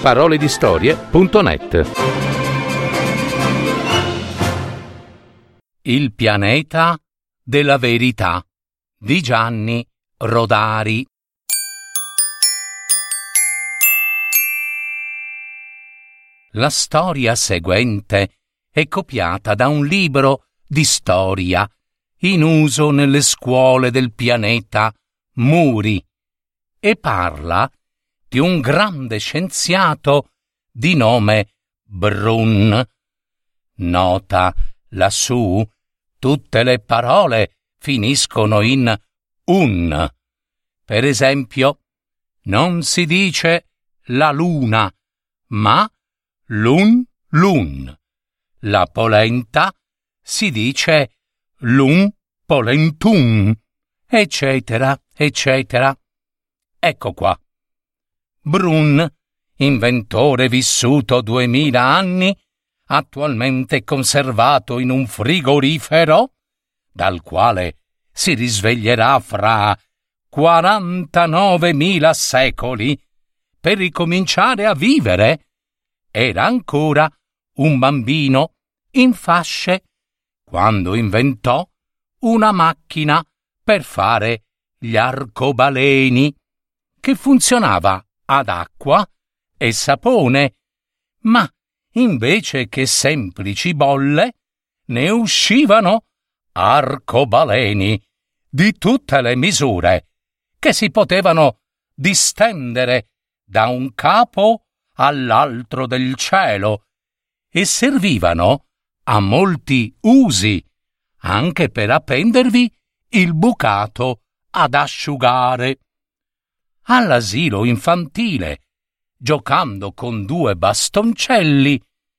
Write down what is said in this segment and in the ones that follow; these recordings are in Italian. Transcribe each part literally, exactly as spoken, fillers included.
parole di storie punto net. Il pianeta della verità di Gianni Rodari. La storia seguente è copiata da un libro di storia in uso nelle scuole del pianeta Muri e parla di un grande scienziato di nome Brun. Nota lassù, tutte le parole finiscono in un. Per esempio, non si dice la luna, ma l'un lun. La polenta si dice l'un polentun, eccetera, eccetera. Ecco qua. Brun, inventore vissuto duemila anni, attualmente conservato in un frigorifero, dal quale si risveglierà fra quarantanovemila secoli per ricominciare a vivere, era ancora un bambino in fasce quando inventò una macchina per fare gli arcobaleni, che funzionava ad acqua e sapone, ma invece che semplici bolle ne uscivano arcobaleni di tutte le misure, che si potevano distendere da un capo all'altro del cielo e servivano a molti usi, anche per appendervi il bucato ad asciugare. All'asilo infantile, giocando con due bastoncelli,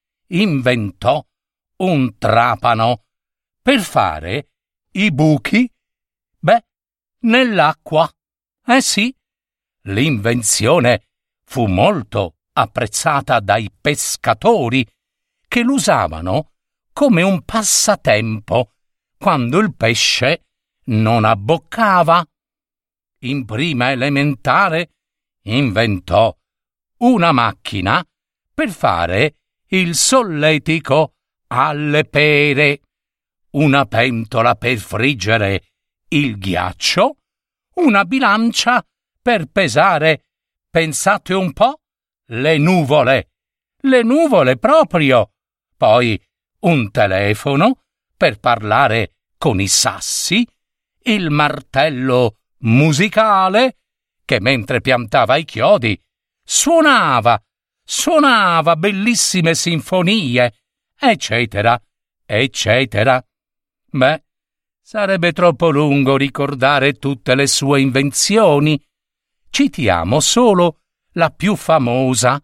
inventò un trapano per fare i buchi, beh, nell'acqua. Eh sì, l'invenzione fu molto apprezzata dai pescatori, che l'usavano come un passatempo quando il pesce non abboccava. In prima elementare inventò una macchina per fare il solletico alle pere, una pentola per friggere il ghiaccio, una bilancia per pesare, pensate un po', le nuvole, le nuvole proprio, poi un telefono per parlare con i sassi, il martello musicale che mentre piantava i chiodi suonava, suonava bellissime sinfonie, eccetera, eccetera. Beh, sarebbe troppo lungo ricordare tutte le sue invenzioni. Citiamo solo la più famosa,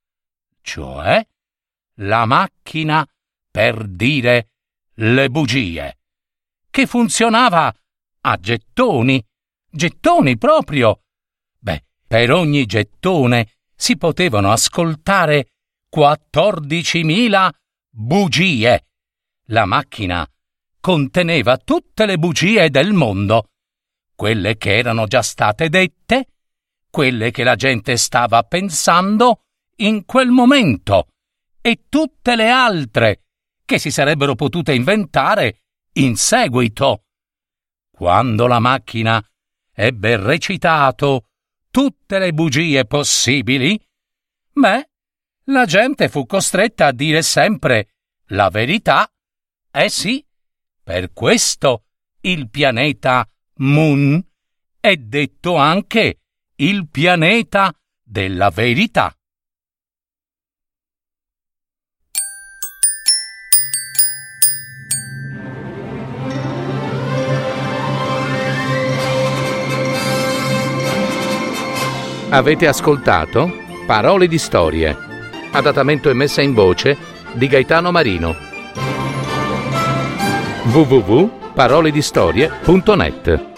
cioè la macchina per dire le bugie, che funzionava a gettoni, gettoni proprio. Beh, per ogni gettone si potevano ascoltare quattordicimila bugie. La macchina conteneva tutte le bugie del mondo, quelle che erano già state dette, quelle che la gente stava pensando in quel momento e tutte le altre che si sarebbero potute inventare in seguito. Quando la macchina ebbe recitato tutte le bugie possibili, beh, la gente fu costretta a dire sempre la verità. Eh sì, per questo il pianeta Mun è detto anche il pianeta della verità. Avete ascoltato Parole di storie, adattamento e messa in voce di Gaetano Marino. w w w punto parole di storie punto net